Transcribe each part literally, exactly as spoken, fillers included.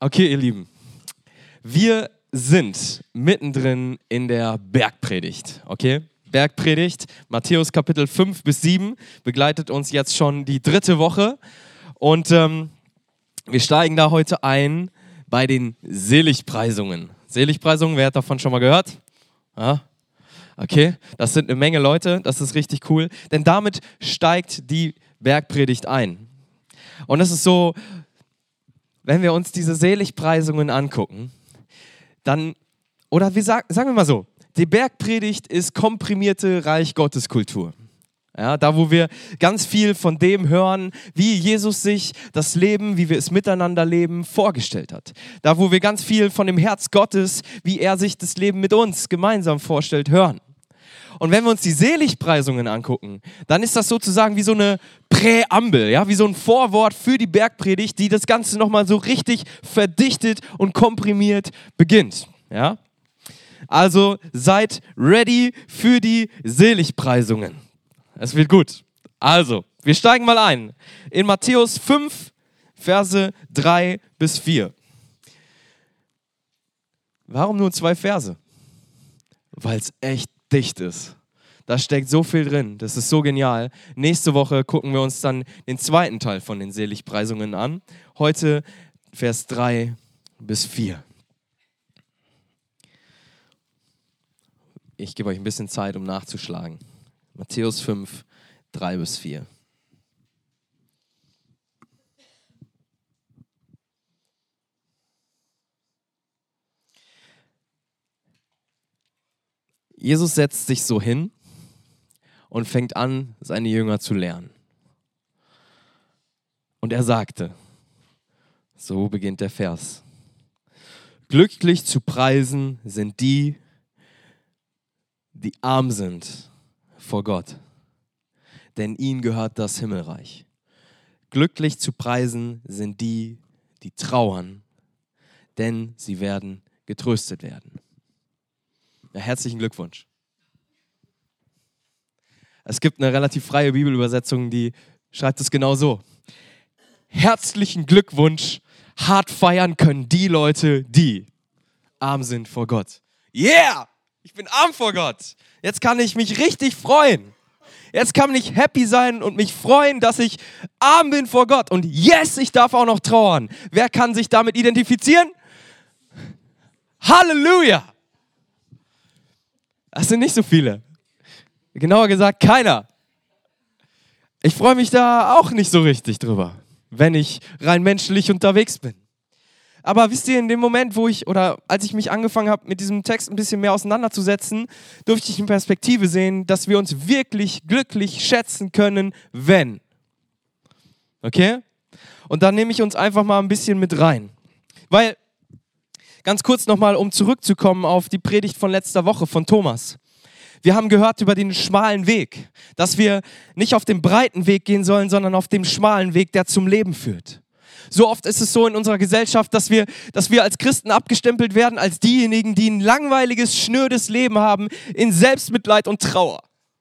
Okay, ihr Lieben, wir sind mittendrin in der Bergpredigt, okay? Bergpredigt, Matthäus Kapitel fünf bis sieben, begleitet uns jetzt schon die dritte Woche und ähm, wir steigen da heute ein bei den Seligpreisungen. Seligpreisungen, wer hat davon schon mal gehört? Ja? Okay, das sind eine Menge Leute, das ist richtig cool, denn damit steigt die Bergpredigt ein. Und es ist so, wenn wir uns diese Seligpreisungen angucken, dann, oder wir sagen, sagen wir mal so, die Bergpredigt ist komprimierte Reich Gottes Kultur. Ja, da, wo wir ganz viel von dem hören, wie Jesus sich das Leben, wie wir es miteinander leben, vorgestellt hat. Da, wo wir ganz viel von dem Herz Gottes, wie er sich das Leben mit uns gemeinsam vorstellt, hören. Und wenn wir uns die Seligpreisungen angucken, dann ist das sozusagen wie so eine Präambel, ja, wie so ein Vorwort für die Bergpredigt, die das Ganze nochmal so richtig verdichtet und komprimiert beginnt. Ja? Also seid ready für die Seligpreisungen. Es wird gut. Also, wir steigen mal ein in Matthäus fünf, Verse drei bis vier. Warum nur zwei Verse? Weil es echt dicht ist. Da steckt so viel drin. Das ist so genial. Nächste Woche gucken wir uns dann den zweiten Teil von den Seligpreisungen an. Heute Vers drei bis vier. Ich gebe euch ein bisschen Zeit, um nachzuschlagen. Matthäus fünf, drei bis vier. Jesus setzt sich so hin und fängt an, seine Jünger zu lernen. Und er sagte, so beginnt der Vers, glücklich zu preisen sind die, die arm sind vor Gott, denn ihnen gehört das Himmelreich. Glücklich zu preisen sind die, die trauern, denn sie werden getröstet werden. Ja, herzlichen Glückwunsch. Es gibt eine relativ freie Bibelübersetzung, die schreibt es genau so. Herzlichen Glückwunsch, hart feiern können die Leute, die arm sind vor Gott. Yeah! Ich bin arm vor Gott. Jetzt kann ich mich richtig freuen. Jetzt kann ich happy sein und mich freuen, dass ich arm bin vor Gott. Und yes, ich darf auch noch trauern. Wer kann sich damit identifizieren? Halleluja! Das sind nicht so viele. Genauer gesagt, keiner. Ich freue mich da auch nicht so richtig drüber, wenn ich rein menschlich unterwegs bin. Aber wisst ihr, in dem Moment, wo ich, oder als ich mich angefangen habe, mit diesem Text ein bisschen mehr auseinanderzusetzen, durfte ich in Perspektive sehen, dass wir uns wirklich glücklich schätzen können, wenn. Okay? Und dann nehme ich uns einfach mal ein bisschen mit rein. Weil, ganz kurz nochmal, um zurückzukommen auf die Predigt von letzter Woche von Thomas. Wir haben gehört über den schmalen Weg, dass wir nicht auf dem breiten Weg gehen sollen, sondern auf dem schmalen Weg, der zum Leben führt. So oft ist es so in unserer Gesellschaft, dass wir, dass wir als Christen abgestempelt werden als diejenigen, die ein langweiliges, schnödes Leben haben, in Selbstmitleid und Trauer.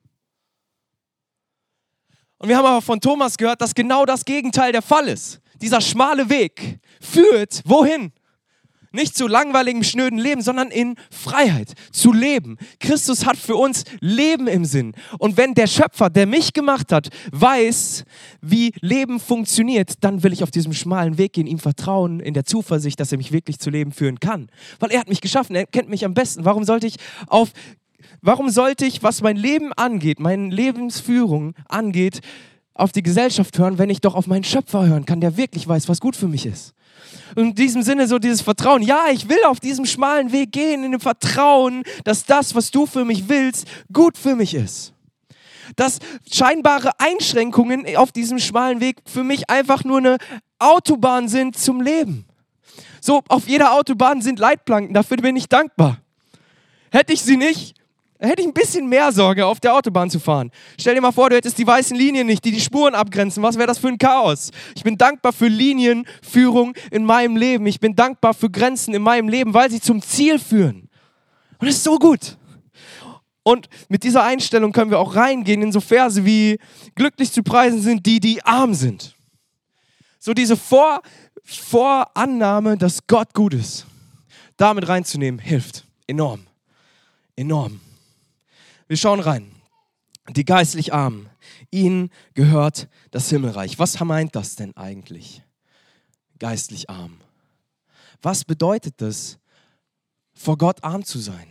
Und wir haben aber von Thomas gehört, dass genau das Gegenteil der Fall ist. Dieser schmale Weg führt wohin? Nicht zu langweiligem, schnöden Leben, sondern in Freiheit, zu leben. Christus hat für uns Leben im Sinn. Und wenn der Schöpfer, der mich gemacht hat, weiß, wie Leben funktioniert, dann will ich auf diesem schmalen Weg gehen, ihm vertrauen, in der Zuversicht, dass er mich wirklich zu Leben führen kann. Weil er hat mich geschaffen, er kennt mich am besten. Warum sollte ich auf, warum sollte ich, was mein Leben angeht, meine Lebensführung angeht, auf die Gesellschaft hören, wenn ich doch auf meinen Schöpfer hören kann, der wirklich weiß, was gut für mich ist? Und in diesem Sinne so dieses Vertrauen, ja, ich will auf diesem schmalen Weg gehen, in dem Vertrauen, dass das, was du für mich willst, gut für mich ist. Dass scheinbare Einschränkungen auf diesem schmalen Weg für mich einfach nur eine Autobahn sind zum Leben. So, auf jeder Autobahn sind Leitplanken, dafür bin ich dankbar. Hätte ich sie nicht, hätte ich ein bisschen mehr Sorge, auf der Autobahn zu fahren. Stell dir mal vor, du hättest die weißen Linien nicht, die die Spuren abgrenzen. Was wäre das für ein Chaos? Ich bin dankbar für Linienführung in meinem Leben. Ich bin dankbar für Grenzen in meinem Leben, weil sie zum Ziel führen. Und das ist so gut. Und mit dieser Einstellung können wir auch reingehen in so Verse wie: glücklich zu preisen sind die, die arm sind. So diese Vor, Vorannahme, dass Gott gut ist, damit reinzunehmen, hilft enorm. Enorm. Wir schauen rein. Die geistlich Armen, ihnen gehört das Himmelreich. Was meint das denn eigentlich? Geistlich arm. Was bedeutet das, vor Gott arm zu sein?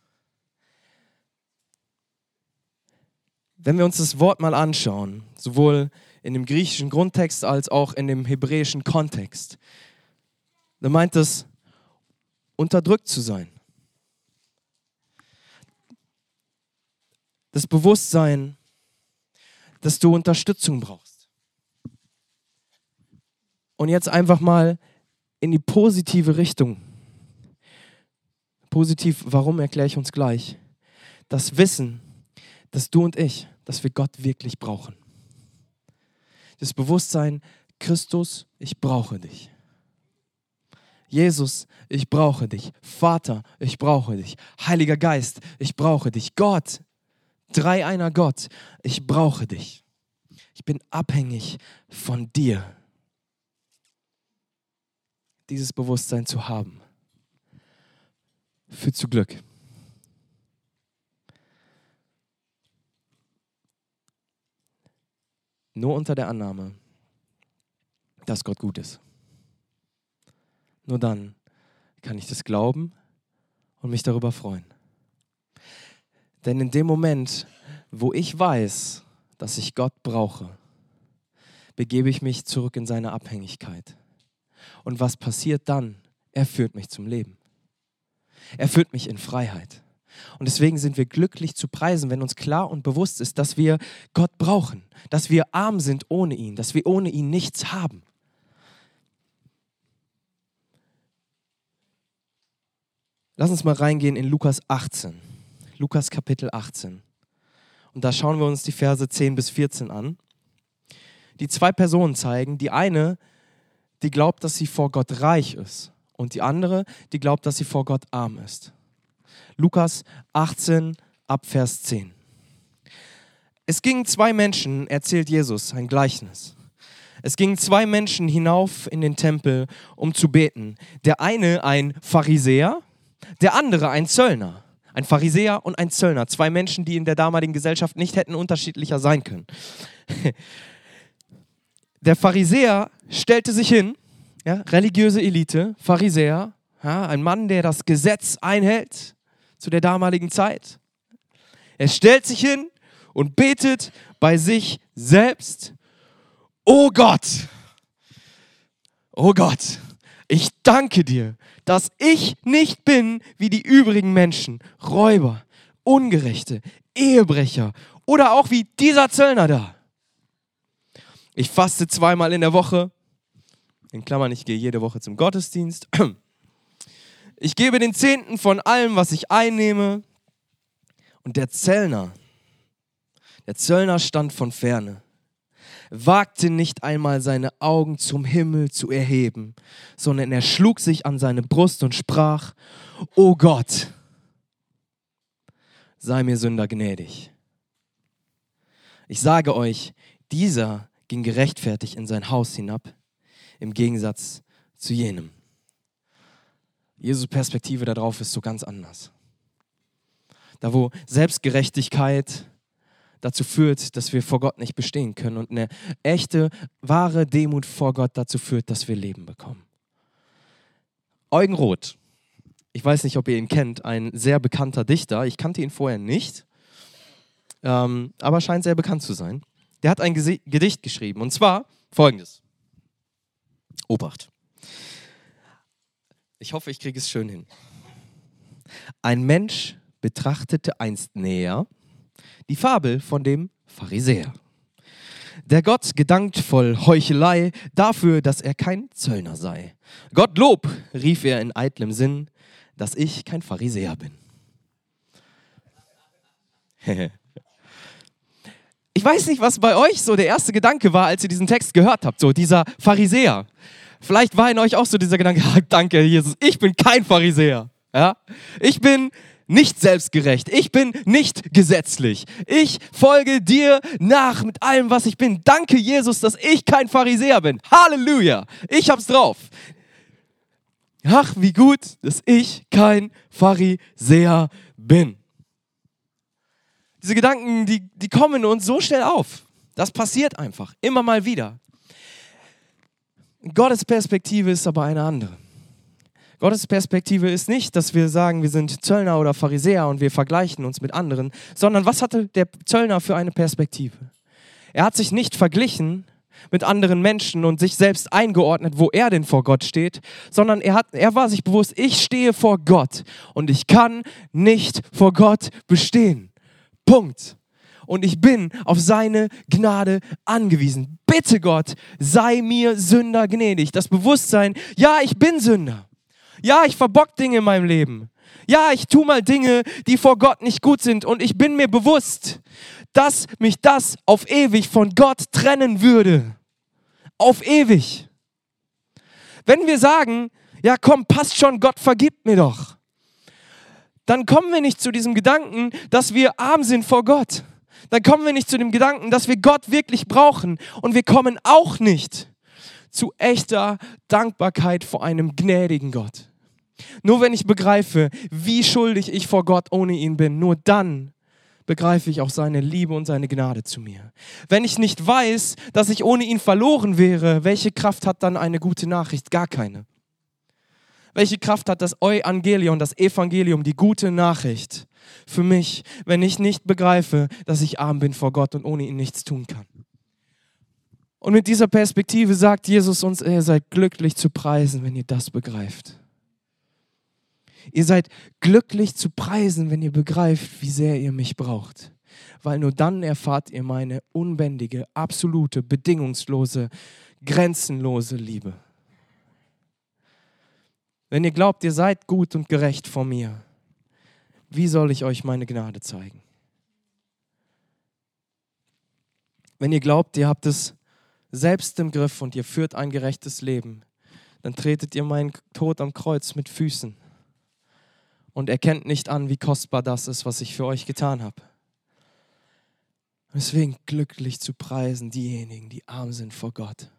Wenn wir uns das Wort mal anschauen, sowohl in dem griechischen Grundtext als auch in dem hebräischen Kontext, dann meint es, unterdrückt zu sein. Das Bewusstsein, dass du Unterstützung brauchst. Und jetzt einfach mal in die positive Richtung. Positiv, warum, erkläre ich uns gleich. Das Wissen, dass du und ich, dass wir Gott wirklich brauchen. Das Bewusstsein, Christus, ich brauche dich. Jesus, ich brauche dich. Vater, ich brauche dich. Heiliger Geist, ich brauche dich. Gott, Dreieiner Gott, ich brauche dich. Ich bin abhängig von dir. Dieses Bewusstsein zu haben, führt zu Glück. Nur unter der Annahme, dass Gott gut ist. Nur dann kann ich das glauben und mich darüber freuen. Denn in dem Moment, wo ich weiß, dass ich Gott brauche, begebe ich mich zurück in seine Abhängigkeit. Und was passiert dann? Er führt mich zum Leben. Er führt mich in Freiheit. Und deswegen sind wir glücklich zu preisen, wenn uns klar und bewusst ist, dass wir Gott brauchen, dass wir arm sind ohne ihn, dass wir ohne ihn nichts haben. Lass uns mal reingehen in Lukas achtzehn. Lukas Kapitel achtzehn. Und da schauen wir uns die Verse zehn bis vierzehn an, die zwei Personen zeigen. Die eine, die glaubt, dass sie vor Gott reich ist. Und die andere, die glaubt, dass sie vor Gott arm ist. Lukas achtzehn, ab Vers zehn. Es gingen zwei Menschen, erzählt Jesus, ein Gleichnis. Es gingen zwei Menschen hinauf in den Tempel, um zu beten. Der eine ein Pharisäer, der andere ein Zöllner. Ein Pharisäer und ein Zöllner. Zwei Menschen, die in der damaligen Gesellschaft nicht hätten unterschiedlicher sein können. Der Pharisäer stellte sich hin, ja, religiöse Elite, Pharisäer, ja, ein Mann, der das Gesetz einhält zu der damaligen Zeit. Er stellt sich hin und betet bei sich selbst: Oh Gott, oh Gott, ich danke dir, dass ich nicht bin wie die übrigen Menschen, Räuber, Ungerechte, Ehebrecher oder auch wie dieser Zöllner da. Ich faste zweimal in der Woche, in Klammern, ich gehe jede Woche zum Gottesdienst. Ich gebe den Zehnten von allem, was ich einnehme. Und der Zöllner, der Zöllner stand von ferne, wagte nicht einmal seine Augen zum Himmel zu erheben, sondern er schlug sich an seine Brust und sprach: O Gott, sei mir Sünder gnädig. Ich sage euch, dieser ging gerechtfertigt in sein Haus hinab, im Gegensatz zu jenem. Jesu Perspektive darauf ist so ganz anders. Da, wo Selbstgerechtigkeit dazu führt, dass wir vor Gott nicht bestehen können und eine echte, wahre Demut vor Gott dazu führt, dass wir Leben bekommen. Eugen Roth, ich weiß nicht, ob ihr ihn kennt, ein sehr bekannter Dichter. Ich kannte ihn vorher nicht, ähm, aber scheint sehr bekannt zu sein. Der hat ein Gese- Gedicht geschrieben, und zwar folgendes. Obacht. Ich hoffe, ich kriege es schön hin. Ein Mensch betrachtete einst näher die Fabel von dem Pharisäer. Der Gott gedankt voll Heuchelei dafür, dass er kein Zöllner sei. Gottlob, rief er in eitlem Sinn, dass ich kein Pharisäer bin. Ich weiß nicht, was bei euch so der erste Gedanke war, als ihr diesen Text gehört habt, so dieser Pharisäer. Vielleicht war in euch auch so dieser Gedanke: ah, danke Jesus, ich bin kein Pharisäer. Ja? Ich bin nicht selbstgerecht. Ich bin nicht gesetzlich. Ich folge dir nach mit allem, was ich bin. Danke, Jesus, dass ich kein Pharisäer bin. Halleluja. Ich hab's drauf. Ach, wie gut, dass ich kein Pharisäer bin. Diese Gedanken, die, die kommen uns so schnell auf. Das passiert einfach, immer mal wieder. Gottes Perspektive ist aber eine andere. Gottes Perspektive ist nicht, dass wir sagen, wir sind Zöllner oder Pharisäer und wir vergleichen uns mit anderen, sondern was hatte der Zöllner für eine Perspektive? Er hat sich nicht verglichen mit anderen Menschen und sich selbst eingeordnet, wo er denn vor Gott steht, sondern er, hat, er war sich bewusst, ich stehe vor Gott und ich kann nicht vor Gott bestehen. Punkt. Und ich bin auf seine Gnade angewiesen. Bitte Gott, sei mir Sünder gnädig. Das Bewusstsein, ja, ich bin Sünder. Ja, ich verbock Dinge in meinem Leben. Ja, ich tue mal Dinge, die vor Gott nicht gut sind. Und ich bin mir bewusst, dass mich das auf ewig von Gott trennen würde. Auf ewig. Wenn wir sagen, ja komm, passt schon, Gott vergibt mir doch, dann kommen wir nicht zu diesem Gedanken, dass wir arm sind vor Gott. Dann kommen wir nicht zu dem Gedanken, dass wir Gott wirklich brauchen. Und wir kommen auch nicht zu echter Dankbarkeit vor einem gnädigen Gott. Nur wenn ich begreife, wie schuldig ich vor Gott ohne ihn bin, nur dann begreife ich auch seine Liebe und seine Gnade zu mir. Wenn ich nicht weiß, dass ich ohne ihn verloren wäre, welche Kraft hat dann eine gute Nachricht? Gar keine. Welche Kraft hat das Evangelium, das Evangelium, die gute Nachricht für mich, wenn ich nicht begreife, dass ich arm bin vor Gott und ohne ihn nichts tun kann? Und mit dieser Perspektive sagt Jesus uns, ihr seid glücklich zu preisen, wenn ihr das begreift. Ihr seid glücklich zu preisen, wenn ihr begreift, wie sehr ihr mich braucht. Weil nur dann erfahrt ihr meine unbändige, absolute, bedingungslose, grenzenlose Liebe. Wenn ihr glaubt, ihr seid gut und gerecht vor mir, wie soll ich euch meine Gnade zeigen? Wenn ihr glaubt, ihr habt es selbst im Griff und ihr führt ein gerechtes Leben, dann tretet ihr meinen Tod am Kreuz mit Füßen und erkennt nicht an, wie kostbar das ist, was ich für euch getan habe. Deswegen glücklich zu preisen diejenigen, die arm sind vor Gott.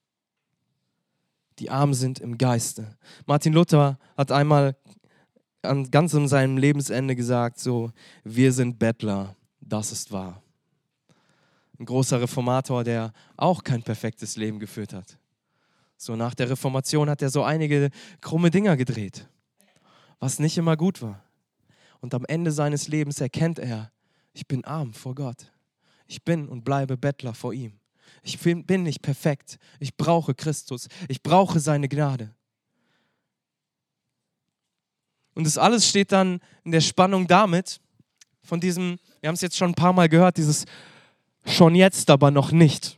Die arm sind im Geiste. Martin Luther hat einmal an ganz an seinem Lebensende gesagt, so, wir sind Bettler, das ist wahr. Ein großer Reformator, der auch kein perfektes Leben geführt hat. So nach der Reformation hat er so einige krumme Dinger gedreht, was nicht immer gut war. Und am Ende seines Lebens erkennt er, ich bin arm vor Gott. Ich bin und bleibe Bettler vor ihm. Ich bin nicht perfekt. Ich brauche Christus. Ich brauche seine Gnade. Und das alles steht dann in der Spannung damit, von diesem, wir haben es jetzt schon ein paar Mal gehört, dieses schon jetzt, aber noch nicht.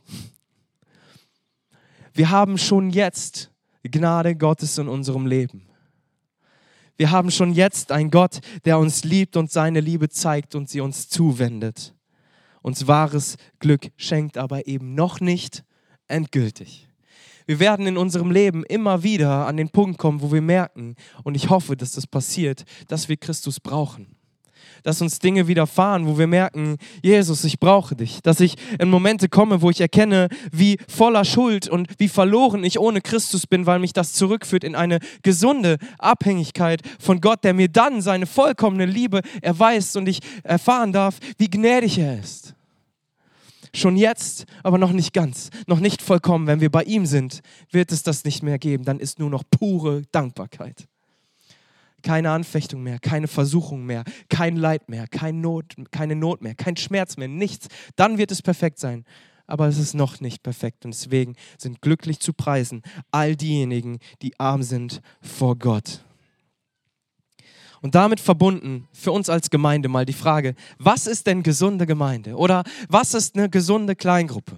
Wir haben schon jetzt die Gnade Gottes in unserem Leben. Wir haben schon jetzt einen Gott, der uns liebt und seine Liebe zeigt und sie uns zuwendet. Uns wahres Glück schenkt, aber eben noch nicht endgültig. Wir werden in unserem Leben immer wieder an den Punkt kommen, wo wir merken, und ich hoffe, dass das passiert, dass wir Christus brauchen. Dass uns Dinge widerfahren, wo wir merken, Jesus, ich brauche dich. Dass ich in Momente komme, wo ich erkenne, wie voller Schuld und wie verloren ich ohne Christus bin, weil mich das zurückführt in eine gesunde Abhängigkeit von Gott, der mir dann seine vollkommene Liebe erweist und ich erfahren darf, wie gnädig er ist. Schon jetzt, aber noch nicht ganz, noch nicht vollkommen. Wenn wir bei ihm sind, wird es das nicht mehr geben. Dann ist nur noch pure Dankbarkeit. Keine Anfechtung mehr, keine Versuchung mehr, kein Leid mehr, kein Not, keine Not mehr, kein Schmerz mehr, nichts. Dann wird es perfekt sein. Aber es ist noch nicht perfekt. Und deswegen sind glücklich zu preisen all diejenigen, die arm sind vor Gott. Und damit verbunden für uns als Gemeinde mal die Frage, was ist denn gesunde Gemeinde? Oder was ist eine gesunde Kleingruppe?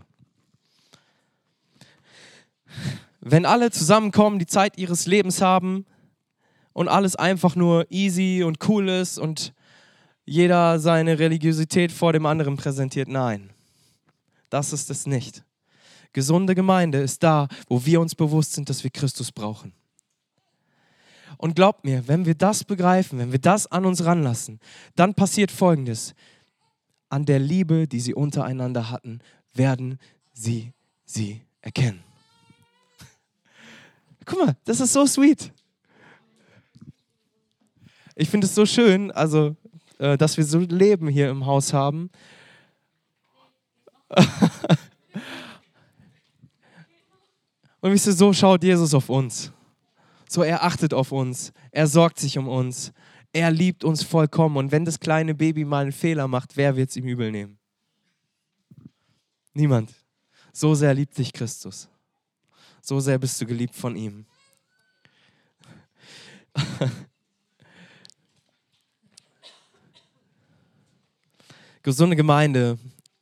Wenn alle zusammenkommen, die Zeit ihres Lebens haben, und alles einfach nur easy und cool ist und jeder seine Religiosität vor dem anderen präsentiert. Nein, das ist es nicht. Gesunde Gemeinde ist da, wo wir uns bewusst sind, dass wir Christus brauchen. Und glaubt mir, wenn wir das begreifen, wenn wir das an uns ranlassen, dann passiert Folgendes. An der Liebe, die sie untereinander hatten, werden sie sie erkennen. Guck mal, das ist so sweet. Ich finde es so schön, also, äh, dass wir so ein Leben hier im Haus haben. Und wisst ihr, so schaut Jesus auf uns. So, er achtet auf uns. Er sorgt sich um uns. Er liebt uns vollkommen. Und wenn das kleine Baby mal einen Fehler macht, wer wird es ihm übel nehmen? Niemand. So sehr liebt dich Christus. So sehr bist du geliebt von ihm. Gesunde Gemeinde,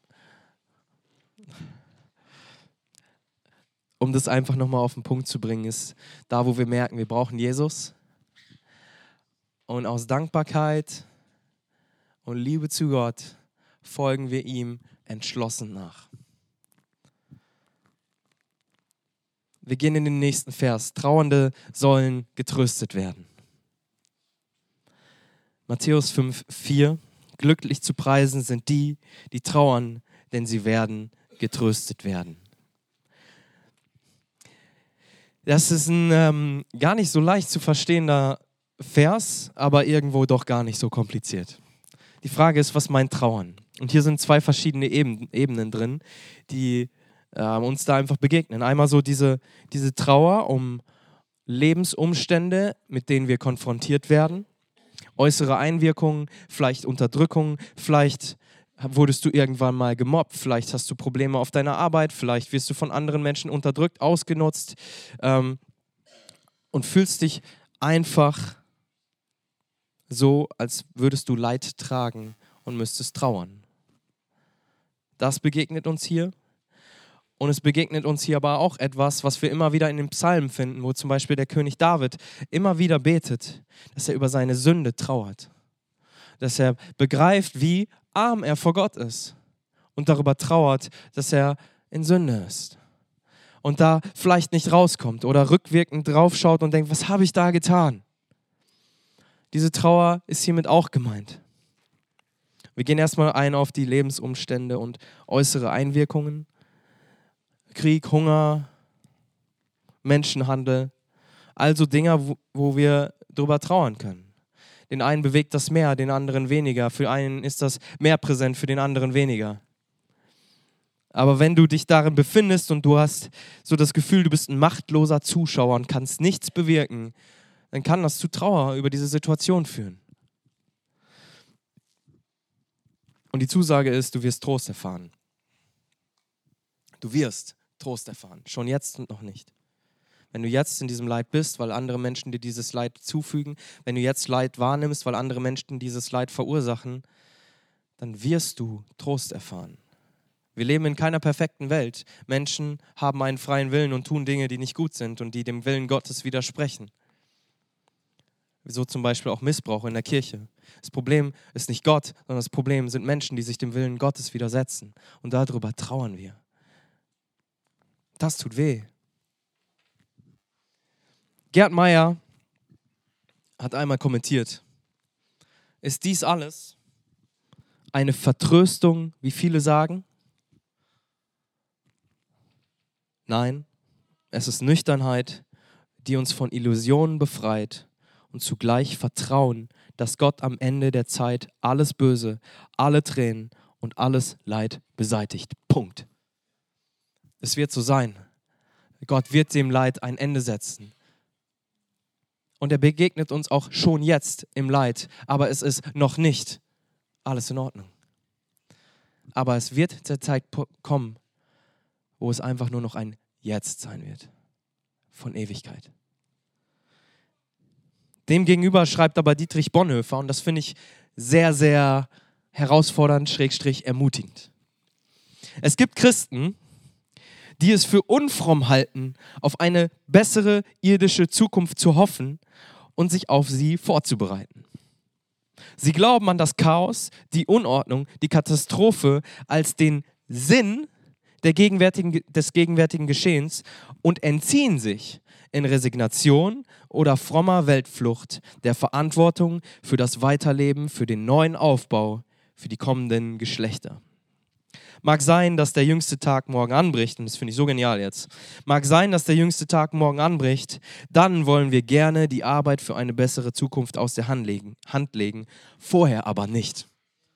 um das einfach nochmal auf den Punkt zu bringen, ist da, wo wir merken, wir brauchen Jesus. Und aus Dankbarkeit und Liebe zu Gott folgen wir ihm entschlossen nach. Wir gehen in den nächsten Vers. Trauernde sollen getröstet werden. Matthäus fünf, vier. Glücklich zu preisen sind die, die trauern, denn sie werden getröstet werden. Das ist ein ähm, gar nicht so leicht zu verstehender Vers, aber irgendwo doch gar nicht so kompliziert. Die Frage ist, was meint Trauern? Und hier sind zwei verschiedene Eben, Ebenen drin, die äh, uns da einfach begegnen. Einmal so diese, diese Trauer um Lebensumstände, mit denen wir konfrontiert werden. Äußere Einwirkungen, vielleicht Unterdrückung, vielleicht wurdest du irgendwann mal gemobbt, vielleicht hast du Probleme auf deiner Arbeit, vielleicht wirst du von anderen Menschen unterdrückt, ausgenutzt ähm, und fühlst dich einfach so, als würdest du Leid tragen und müsstest trauern. Das begegnet uns hier. Und es begegnet uns hier aber auch etwas, was wir immer wieder in den Psalmen finden, wo zum Beispiel der König David immer wieder betet, dass er über seine Sünde trauert. Dass er begreift, wie arm er vor Gott ist und darüber trauert, dass er in Sünde ist. Und da vielleicht nicht rauskommt oder rückwirkend draufschaut und denkt, was habe ich da getan? Diese Trauer ist hiermit auch gemeint. Wir gehen erstmal ein auf die Lebensumstände und äußere Einwirkungen. Krieg, Hunger, Menschenhandel, also Dinge, wo, wo wir drüber trauern können. Den einen bewegt das mehr, den anderen weniger. Für einen ist das mehr präsent, für den anderen weniger. Aber wenn du dich darin befindest und du hast so das Gefühl, du bist ein machtloser Zuschauer und kannst nichts bewirken, dann kann das zu Trauer über diese Situation führen. Und die Zusage ist, du wirst Trost erfahren. Du wirst Trost erfahren. Schon jetzt und noch nicht. Wenn du jetzt in diesem Leid bist, weil andere Menschen dir dieses Leid zufügen, wenn du jetzt Leid wahrnimmst, weil andere Menschen dieses Leid verursachen, dann wirst du Trost erfahren. Wir leben in keiner perfekten Welt. Menschen haben einen freien Willen und tun Dinge, die nicht gut sind und die dem Willen Gottes widersprechen. So zum Beispiel auch Missbrauch in der Kirche. Das Problem ist nicht Gott, sondern das Problem sind Menschen, die sich dem Willen Gottes widersetzen. Und darüber trauern wir. Das tut weh. Gerd Meyer hat einmal kommentiert, ist dies alles eine Vertröstung, wie viele sagen? Nein, es ist Nüchternheit, die uns von Illusionen befreit und zugleich Vertrauen, dass Gott am Ende der Zeit alles Böse, alle Tränen und alles Leid beseitigt. Punkt. Es wird so sein. Gott wird dem Leid ein Ende setzen. Und er begegnet uns auch schon jetzt im Leid, aber es ist noch nicht alles in Ordnung. Aber es wird der Zeit kommen, wo es einfach nur noch ein Jetzt sein wird. Von Ewigkeit. Demgegenüber schreibt aber Dietrich Bonhoeffer, und das finde ich sehr, sehr herausfordernd, schrägstrich ermutigend. Es gibt Christen, die es für unfromm halten, auf eine bessere irdische Zukunft zu hoffen und sich auf sie vorzubereiten. Sie glauben an das Chaos, die Unordnung, die Katastrophe als den Sinn, der gegenwärtigen, des gegenwärtigen Geschehens und entziehen sich in Resignation oder frommer Weltflucht der Verantwortung für das Weiterleben, für den neuen Aufbau, für die kommenden Geschlechter. Mag sein, dass der jüngste Tag morgen anbricht, und das finde ich so genial jetzt. Mag sein, dass der jüngste Tag morgen anbricht, dann wollen wir gerne die Arbeit für eine bessere Zukunft aus der Hand legen, Hand legen, vorher aber nicht.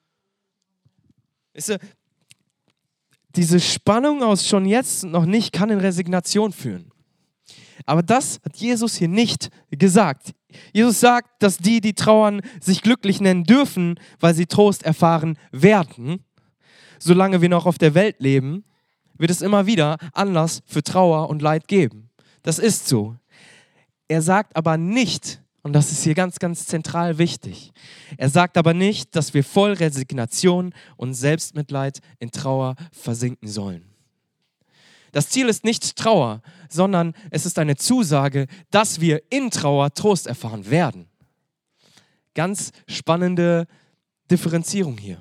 Weißt du, diese Spannung aus schon jetzt noch nicht kann in Resignation führen. Aber das hat Jesus hier nicht gesagt. Jesus sagt, dass die, die trauern, sich glücklich nennen dürfen, weil sie Trost erfahren werden. Solange wir noch auf der Welt leben, wird es immer wieder Anlass für Trauer und Leid geben. Das ist so. Er sagt aber nicht, und das ist hier ganz, ganz zentral wichtig, er sagt aber nicht, dass wir voll Resignation und Selbstmitleid in Trauer versinken sollen. Das Ziel ist nicht Trauer, sondern es ist eine Zusage, dass wir in Trauer Trost erfahren werden. Ganz spannende Differenzierung hier.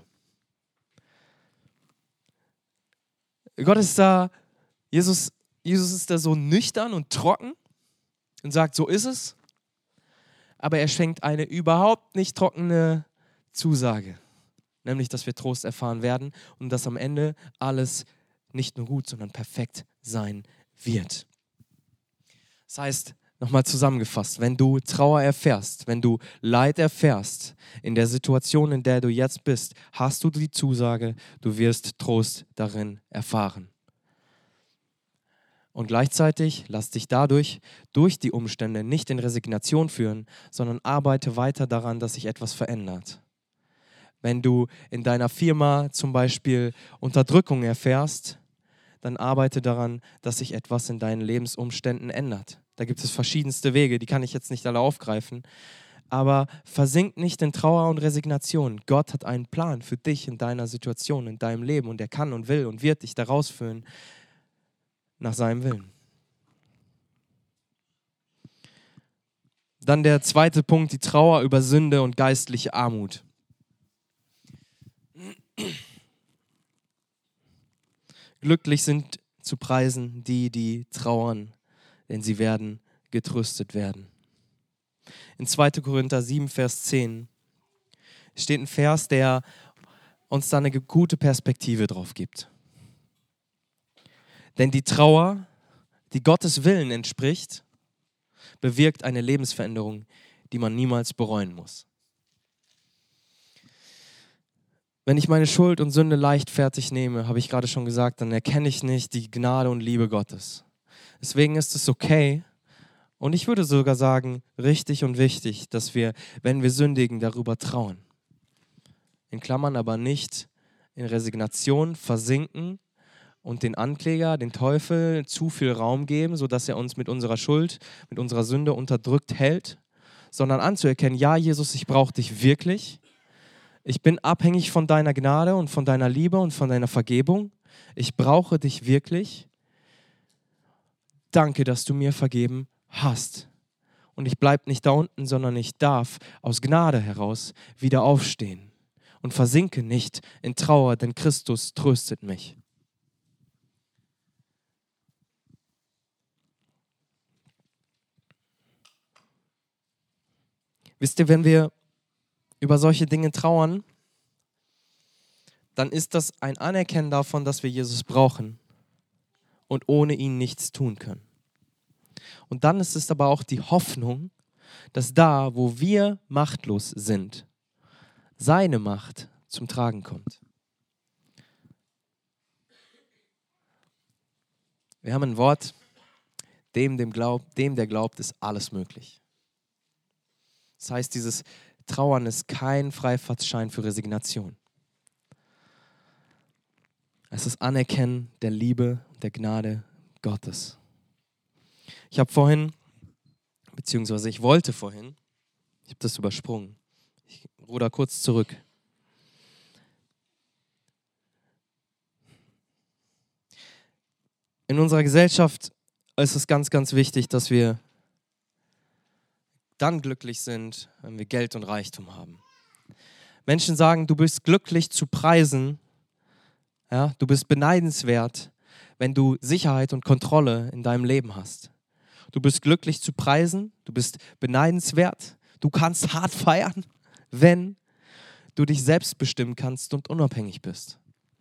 Gott ist da, Jesus, Jesus ist da so nüchtern und trocken und sagt, so ist es. Aber er schenkt eine überhaupt nicht trockene Zusage, nämlich, dass wir Trost erfahren werden und dass am Ende alles nicht nur gut, sondern perfekt sein wird. Das heißt, nochmal zusammengefasst, wenn du Trauer erfährst, wenn du Leid erfährst in der Situation, in der du jetzt bist, hast du die Zusage, du wirst Trost darin erfahren. Und gleichzeitig lass dich dadurch durch die Umstände nicht in Resignation führen, sondern arbeite weiter daran, dass sich etwas verändert. Wenn du in deiner Firma zum Beispiel Unterdrückung erfährst, dann arbeite daran, dass sich etwas in deinen Lebensumständen ändert. Da gibt es verschiedenste Wege, die kann ich jetzt nicht alle aufgreifen. Aber versink nicht in Trauer und Resignation. Gott hat einen Plan für dich in deiner Situation, in deinem Leben. Und er kann und will und wird dich da rausführen nach seinem Willen. Dann der zweite Punkt, die Trauer über Sünde und geistliche Armut. Glücklich sind zu preisen die, die trauern, denn sie werden getröstet werden. In zweiter Korinther sieben, Vers zehn steht ein Vers, der uns da eine gute Perspektive drauf gibt. Denn die Trauer, die Gottes Willen entspricht, bewirkt eine Lebensveränderung, die man niemals bereuen muss. Wenn ich meine Schuld und Sünde leichtfertig nehme, habe ich gerade schon gesagt, dann erkenne ich nicht die Gnade und Liebe Gottes. Deswegen ist es okay und ich würde sogar sagen, richtig und wichtig, dass wir, wenn wir sündigen, darüber trauern. In Klammern aber nicht in Resignation versinken und den Ankläger, den Teufel, zu viel Raum geben, sodass er uns mit unserer Schuld, mit unserer Sünde unterdrückt hält, sondern anzuerkennen, ja, Jesus, ich brauche dich wirklich. Ich bin abhängig von deiner Gnade und von deiner Liebe und von deiner Vergebung. Ich brauche dich wirklich. Danke, dass du mir vergeben hast. Und ich bleibe nicht da unten, sondern ich darf aus Gnade heraus wieder aufstehen und versinke nicht in Trauer, denn Christus tröstet mich. Wisst ihr, wenn wir über solche Dinge trauern, dann ist das ein Anerkennen davon, dass wir Jesus brauchen und ohne ihn nichts tun können. Und dann ist es aber auch die Hoffnung, dass da, wo wir machtlos sind, seine Macht zum Tragen kommt. Wir haben ein Wort, dem, dem, glaub, dem der glaubt, ist alles möglich. Das heißt, dieses Trauern ist kein Freifahrtschein für Resignation. Es ist Anerkennen der Liebe, der Gnade Gottes. Ich habe vorhin, beziehungsweise ich wollte vorhin, ich habe das übersprungen. Ich ruder kurz zurück. In unserer Gesellschaft ist es ganz, ganz wichtig, dass wir dann glücklich sind, wenn wir Geld und Reichtum haben. Menschen sagen, du bist glücklich zu preisen, ja, du bist beneidenswert, wenn du Sicherheit und Kontrolle in deinem Leben hast. Du bist glücklich zu preisen, du bist beneidenswert, du kannst hart feiern, wenn du dich selbst bestimmen kannst und unabhängig bist.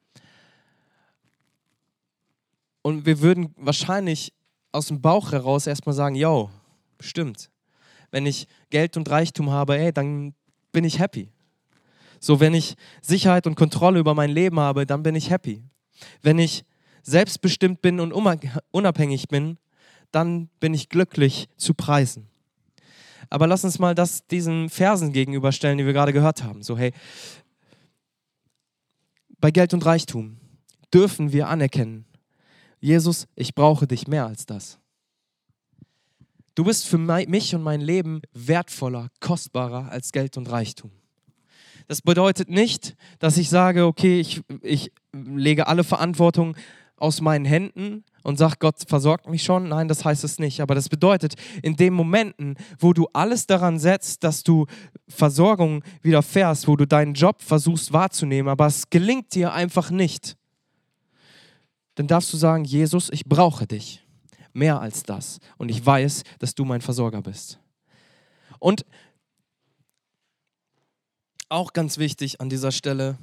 Und wir würden wahrscheinlich aus dem Bauch heraus erstmal sagen, yo, stimmt. Wenn ich Geld und Reichtum habe, ey, dann bin ich happy. So, wenn ich Sicherheit und Kontrolle über mein Leben habe, dann bin ich happy. Wenn ich selbstbestimmt bin und unabhängig bin, dann bin ich glücklich zu preisen. Aber lass uns mal das diesen Versen gegenüberstellen, die wir gerade gehört haben. So, hey, bei Geld und Reichtum dürfen wir anerkennen, Jesus, ich brauche dich mehr als das. Du bist für mich und mein Leben wertvoller, kostbarer als Geld und Reichtum. Das bedeutet nicht, dass ich sage, okay, ich, ich lege alle Verantwortung aus meinen Händen und sage, Gott versorgt mich schon. Nein, das heißt es nicht. Aber das bedeutet, in den Momenten, wo du alles daran setzt, dass du Versorgung widerfährst, wo du deinen Job versuchst wahrzunehmen, aber es gelingt dir einfach nicht, dann darfst du sagen, Jesus, ich brauche dich. Mehr als das. Und ich weiß, dass du mein Versorger bist. Und auch ganz wichtig an dieser Stelle,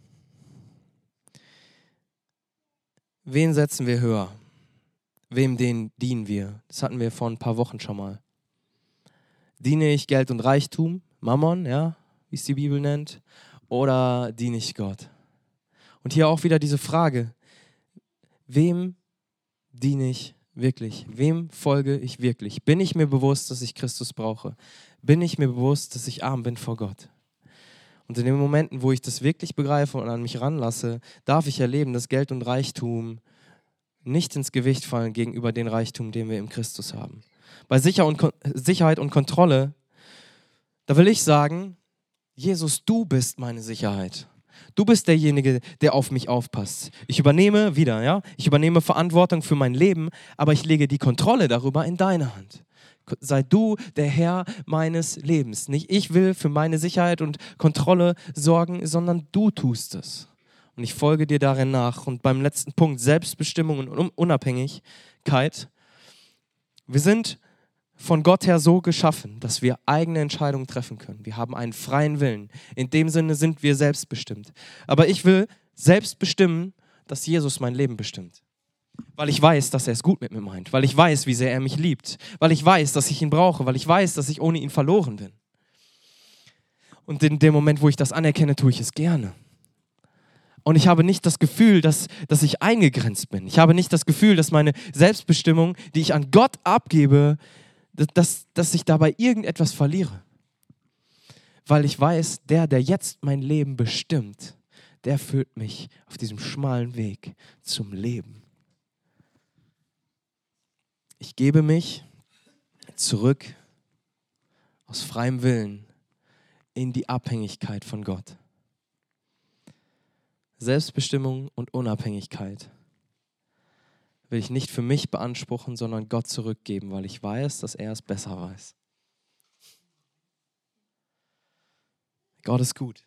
wen setzen wir höher? Wem den dienen wir? Das hatten wir vor ein paar Wochen schon mal. Diene ich Geld und Reichtum, Mammon, ja, wie es die Bibel nennt, oder diene ich Gott? Und hier auch wieder diese Frage, wem diene ich wirklich? Wem folge ich wirklich? Bin ich mir bewusst, dass ich Christus brauche? Bin ich mir bewusst, dass ich arm bin vor Gott? Und in den Momenten, wo ich das wirklich begreife und an mich ranlasse, darf ich erleben, dass Geld und Reichtum nicht ins Gewicht fallen gegenüber dem Reichtum, den wir im Christus haben. Bei Sicher und Kon- Sicherheit und Kontrolle, da will ich sagen, Jesus, du bist meine Sicherheit. Du bist derjenige, der auf mich aufpasst. Ich übernehme wieder, ja, ich übernehme Verantwortung für mein Leben, aber ich lege die Kontrolle darüber in deine Hand. Sei du der Herr meines Lebens. Nicht ich will für meine Sicherheit und Kontrolle sorgen, sondern du tust es. Und ich folge dir darin nach. Und beim letzten Punkt, Selbstbestimmung und Unabhängigkeit. Wir sind von Gott her so geschaffen, dass wir eigene Entscheidungen treffen können. Wir haben einen freien Willen. In dem Sinne sind wir selbstbestimmt. Aber ich will selbst bestimmen, dass Jesus mein Leben bestimmt. Weil ich weiß, dass er es gut mit mir meint. Weil ich weiß, wie sehr er mich liebt. Weil ich weiß, dass ich ihn brauche. Weil ich weiß, dass ich ohne ihn verloren bin. Und in dem Moment, wo ich das anerkenne, tue ich es gerne. Und ich habe nicht das Gefühl, dass, dass ich eingegrenzt bin. Ich habe nicht das Gefühl, dass meine Selbstbestimmung, die ich an Gott abgebe, dass, dass ich dabei irgendetwas verliere. Weil ich weiß, der, der jetzt mein Leben bestimmt, der führt mich auf diesem schmalen Weg zum Leben. Ich gebe mich zurück aus freiem Willen in die Abhängigkeit von Gott. Selbstbestimmung und Unabhängigkeit will ich nicht für mich beanspruchen, sondern Gott zurückgeben, weil ich weiß, dass er es besser weiß. Gott ist gut.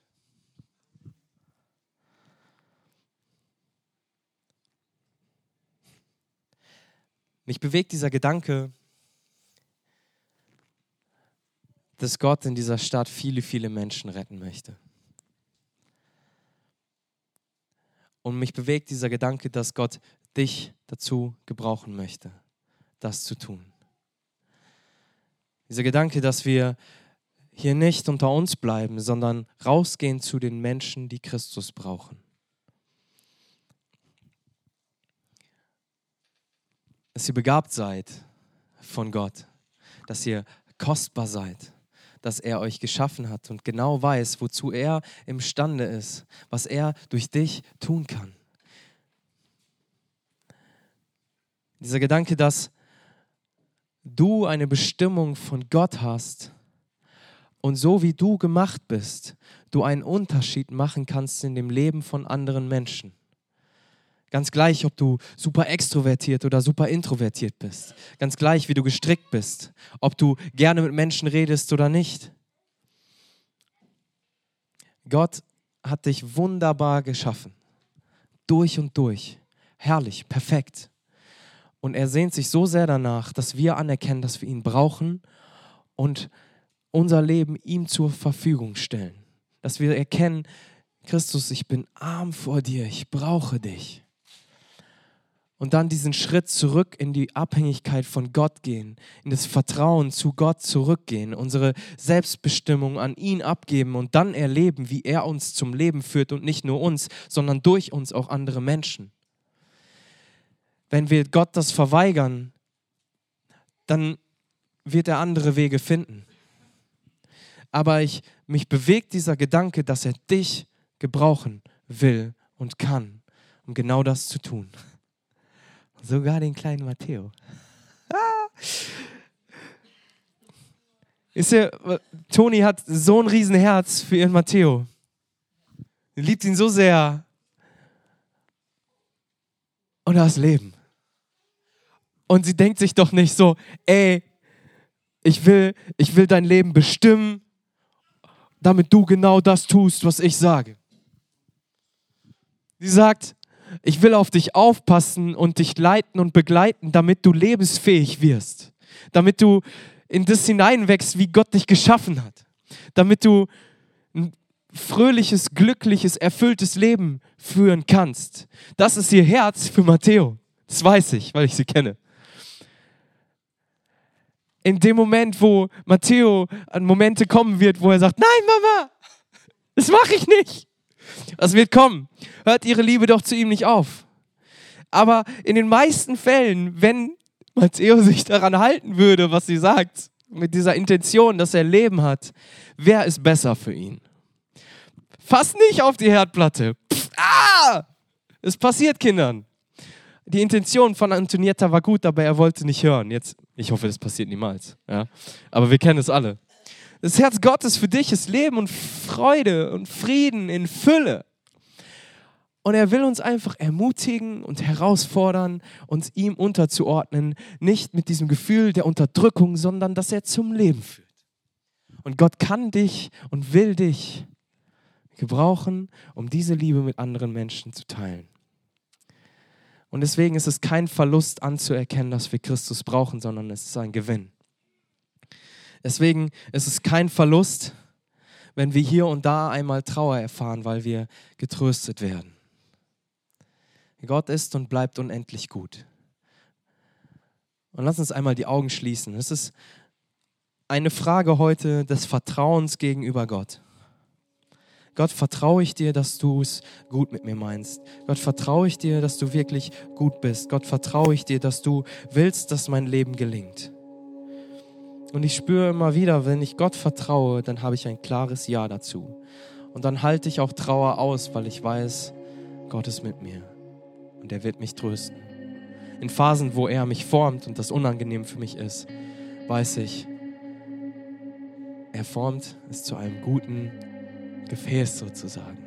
Mich bewegt dieser Gedanke, dass Gott in dieser Stadt viele, viele Menschen retten möchte. Und mich bewegt dieser Gedanke, dass Gott dich dazu gebrauchen möchte, das zu tun. Dieser Gedanke, dass wir hier nicht unter uns bleiben, sondern rausgehen zu den Menschen, die Christus brauchen. Dass ihr begabt seid von Gott, dass ihr kostbar seid, dass er euch geschaffen hat und genau weiß, wozu er imstande ist, was er durch dich tun kann. Dieser Gedanke, dass du eine Bestimmung von Gott hast und so wie du gemacht bist, du einen Unterschied machen kannst in dem Leben von anderen Menschen. Ganz gleich, ob du super extrovertiert oder super introvertiert bist. Ganz gleich, wie du gestrickt bist. Ob du gerne mit Menschen redest oder nicht. Gott hat dich wunderbar geschaffen. Durch und durch herrlich, perfekt. Und er sehnt sich so sehr danach, dass wir anerkennen, dass wir ihn brauchen und unser Leben ihm zur Verfügung stellen. Dass wir erkennen, Christus, ich bin arm vor dir, ich brauche dich. Und dann diesen Schritt zurück in die Abhängigkeit von Gott gehen, in das Vertrauen zu Gott zurückgehen, unsere Selbstbestimmung an ihn abgeben und dann erleben, wie er uns zum Leben führt und nicht nur uns, sondern durch uns auch andere Menschen. Wenn wir Gott das verweigern, dann wird er andere Wege finden. Aber ich, mich bewegt dieser Gedanke, dass er dich gebrauchen will und kann, um genau das zu tun. Sogar den kleinen Matteo. Ah. Ist ja, Toni hat so ein Riesenherz für ihren Matteo. Sie liebt ihn so sehr. Und das Leben. Und sie denkt sich doch nicht so, ey, ich will, ich will dein Leben bestimmen, damit du genau das tust, was ich sage. Sie sagt, ich will auf dich aufpassen und dich leiten und begleiten, damit du lebensfähig wirst. Damit du in das hineinwächst, wie Gott dich geschaffen hat. Damit du ein fröhliches, glückliches, erfülltes Leben führen kannst. Das ist ihr Herz für Matteo. Das weiß ich, weil ich sie kenne. In dem Moment, wo Matteo an Momente kommen wird, wo er sagt, nein Mama, das mache ich nicht. Das wird kommen. Hört ihre Liebe doch zu ihm nicht auf. Aber in den meisten Fällen, wenn Matteo sich daran halten würde, was sie sagt, mit dieser Intention, dass er Leben hat, wer ist besser für ihn? Fass nicht auf die Herdplatte. Pff, ah! Es passiert Kindern. Die Intention von Antonietta war gut, aber er wollte nicht hören. Jetzt, ich hoffe, das passiert niemals. Ja? Aber wir kennen es alle. Das Herz Gottes für dich ist Leben und Freude und Frieden in Fülle. Und er will uns einfach ermutigen und herausfordern, uns ihm unterzuordnen. Nicht mit diesem Gefühl der Unterdrückung, sondern dass er zum Leben führt. Und Gott kann dich und will dich gebrauchen, um diese Liebe mit anderen Menschen zu teilen. Und deswegen ist es kein Verlust anzuerkennen, dass wir Christus brauchen, sondern es ist ein Gewinn. Deswegen ist es kein Verlust, wenn wir hier und da einmal Trauer erfahren, weil wir getröstet werden. Gott ist und bleibt unendlich gut. Und lass uns einmal die Augen schließen. Es ist eine Frage heute des Vertrauens gegenüber Gott. Gott, vertraue ich dir, dass du es gut mit mir meinst. Gott, vertraue ich dir, dass du wirklich gut bist. Gott, vertraue ich dir, dass du willst, dass mein Leben gelingt. Und ich spüre immer wieder, wenn ich Gott vertraue, dann habe ich ein klares Ja dazu. Und dann halte ich auch Trauer aus, weil ich weiß, Gott ist mit mir. Und er wird mich trösten. In Phasen, wo er mich formt und das unangenehm für mich ist, weiß ich, er formt es zu einem guten Gefäß sozusagen.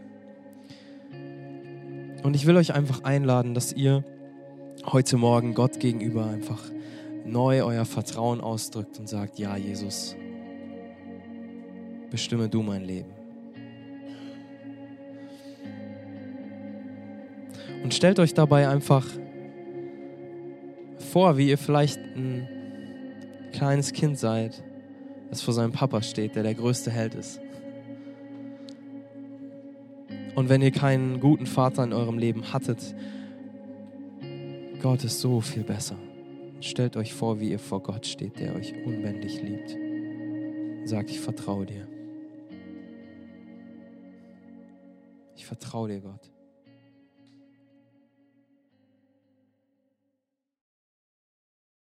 Und ich will euch einfach einladen, dass ihr heute Morgen Gott gegenüber einfach neu euer Vertrauen ausdrückt und sagt, ja Jesus, bestimme du mein Leben. Und stellt euch dabei einfach vor, wie ihr vielleicht ein kleines Kind seid, das vor seinem Papa steht, der der größte Held ist. Und wenn ihr keinen guten Vater in eurem Leben hattet, Gott ist so viel besser. Stellt euch vor, wie ihr vor Gott steht, der euch unbändig liebt. Und sagt, ich vertraue dir. Ich vertraue dir, Gott.